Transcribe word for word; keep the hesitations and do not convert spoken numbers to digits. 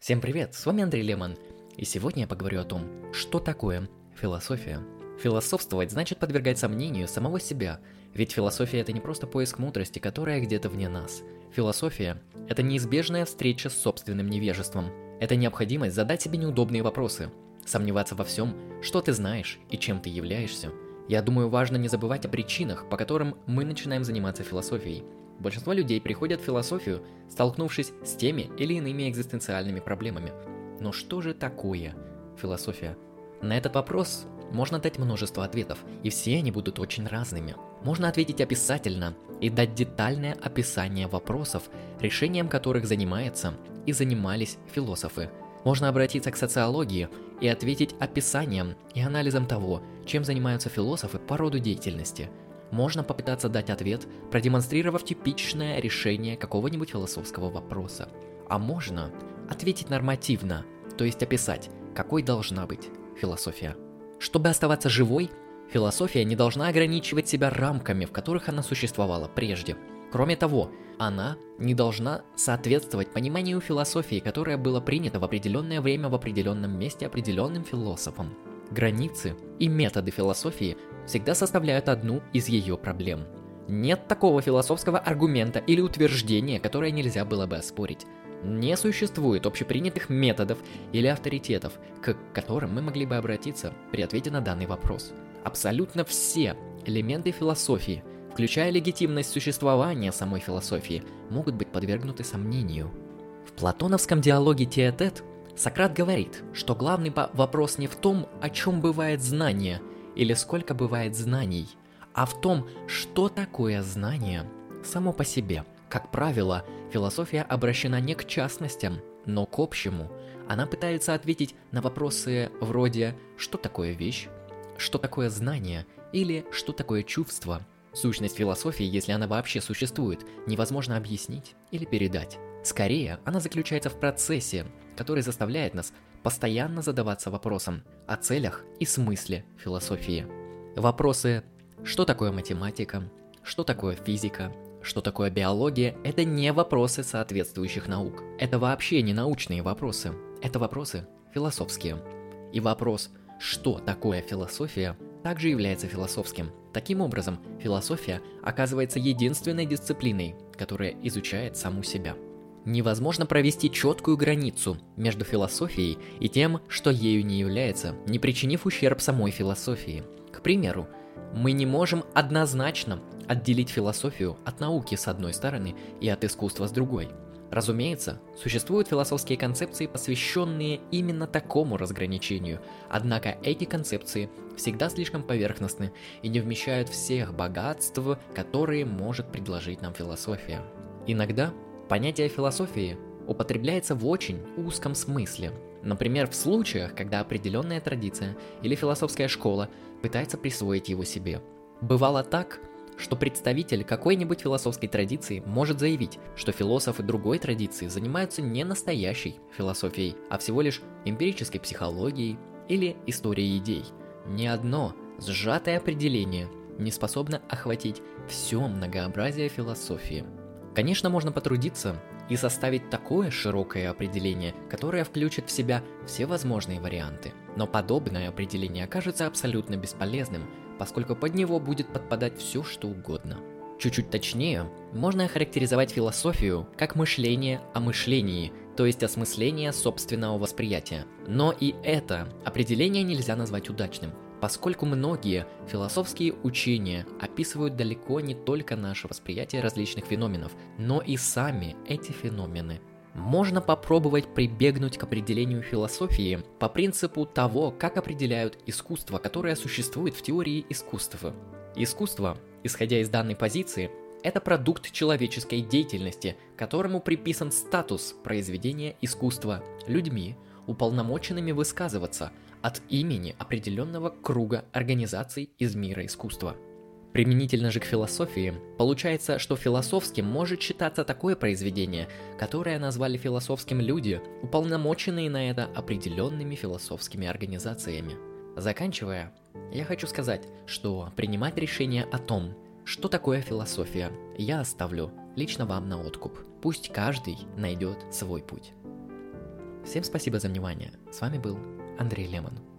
Всем привет, с вами Андрей Лемон, и сегодня я поговорю о том, что такое философия. Философствовать значит подвергать сомнению самого себя, ведь философия — это не просто поиск мудрости, которая где-то вне нас. Философия — это неизбежная встреча с собственным невежеством. Это необходимость задать себе неудобные вопросы, сомневаться во всем, что ты знаешь и чем ты являешься. Я думаю, важно не забывать о причинах, по которым мы начинаем заниматься философией. Большинство людей приходят в философию, столкнувшись с теми или иными экзистенциальными проблемами. Но что же такое философия? На этот вопрос можно дать множество ответов, и все они будут очень разными. Можно ответить описательно и дать детальное описание вопросов, решением которых занимаются и занимались философы. Можно обратиться к социологии и ответить описанием и анализом того, чем занимаются философы по роду деятельности. Можно попытаться дать ответ, продемонстрировав типичное решение какого-нибудь философского вопроса. А можно ответить нормативно, то есть описать, какой должна быть философия. Чтобы оставаться живой, философия не должна ограничивать себя рамками, в которых она существовала прежде. Кроме того, она не должна соответствовать пониманию философии, которое было принято в определенное время в определенном месте определенным философом. Границы и методы философии всегда составляют одну из ее проблем. Нет такого философского аргумента или утверждения, которое нельзя было бы оспорить. Не существует общепринятых методов или авторитетов, к которым мы могли бы обратиться при ответе на данный вопрос. Абсолютно все элементы философии, включая легитимность существования самой философии, могут быть подвергнуты сомнению. В платоновском диалоге «Тет-а-тет» Сократ говорит, что главный вопрос не в том, о чем бывает знание, или сколько бывает знаний, а в том, что такое знание само по себе. Как правило, философия обращена не к частностям, но к общему. Она пытается ответить на вопросы вроде «что такое вещь?», «что такое знание?» или «что такое чувство?». Сущность философии, если она вообще существует, невозможно объяснить или передать. Скорее, она заключается в процессе, который заставляет нас постоянно задаваться вопросом о целях и смысле философии. Вопросы «что такое математика?», «что такое физика?», «что такое биология?» — это не вопросы соответствующих наук. Это вообще не научные вопросы. Это вопросы философские. И вопрос «что такое философия?» также является философским. Таким образом, философия оказывается единственной дисциплиной, которая изучает саму себя. Невозможно провести четкую границу между философией и тем, что ею не является, не причинив ущерб самой философии. К примеру, мы не можем однозначно отделить философию от науки с одной стороны и от искусства с другой. Разумеется, существуют философские концепции, посвященные именно такому разграничению, однако эти концепции всегда слишком поверхностны и не вмещают всех богатств, которые может предложить нам философия. Иногда понятие философии употребляется в очень узком смысле. Например, в случаях, когда определенная традиция или философская школа пытается присвоить его себе. Бывало так, что представитель какой-нибудь философской традиции может заявить, что философы другой традиции занимаются не настоящей философией, а всего лишь эмпирической психологией или историей идей. Ни одно сжатое определение не способно охватить все многообразие философии. Конечно, можно потрудиться и составить такое широкое определение, которое включит в себя все возможные варианты. Но подобное определение окажется абсолютно бесполезным, поскольку под него будет подпадать все, что угодно. Чуть-чуть точнее, можно охарактеризовать философию как мышление о мышлении, то есть осмысление собственного восприятия. Но и это определение нельзя назвать удачным, поскольку многие философские учения описывают далеко не только наше восприятие различных феноменов, но и сами эти феномены. Можно попробовать прибегнуть к определению философии по принципу того, как определяют искусство, которое существует в теории искусства. Искусство, исходя из данной позиции, это продукт человеческой деятельности, которому приписан статус произведения искусства людьми, уполномоченными высказываться от имени определенного круга организаций из мира искусства. Применительно же к философии, получается, что философским может считаться такое произведение, которое назвали философским люди, уполномоченные на это определенными философскими организациями. Заканчивая, я хочу сказать, что принимать решение о том, что такое философия, я оставлю лично вам на откуп. Пусть каждый найдет свой путь. Всем спасибо за внимание. С вами был Андрей Лемон.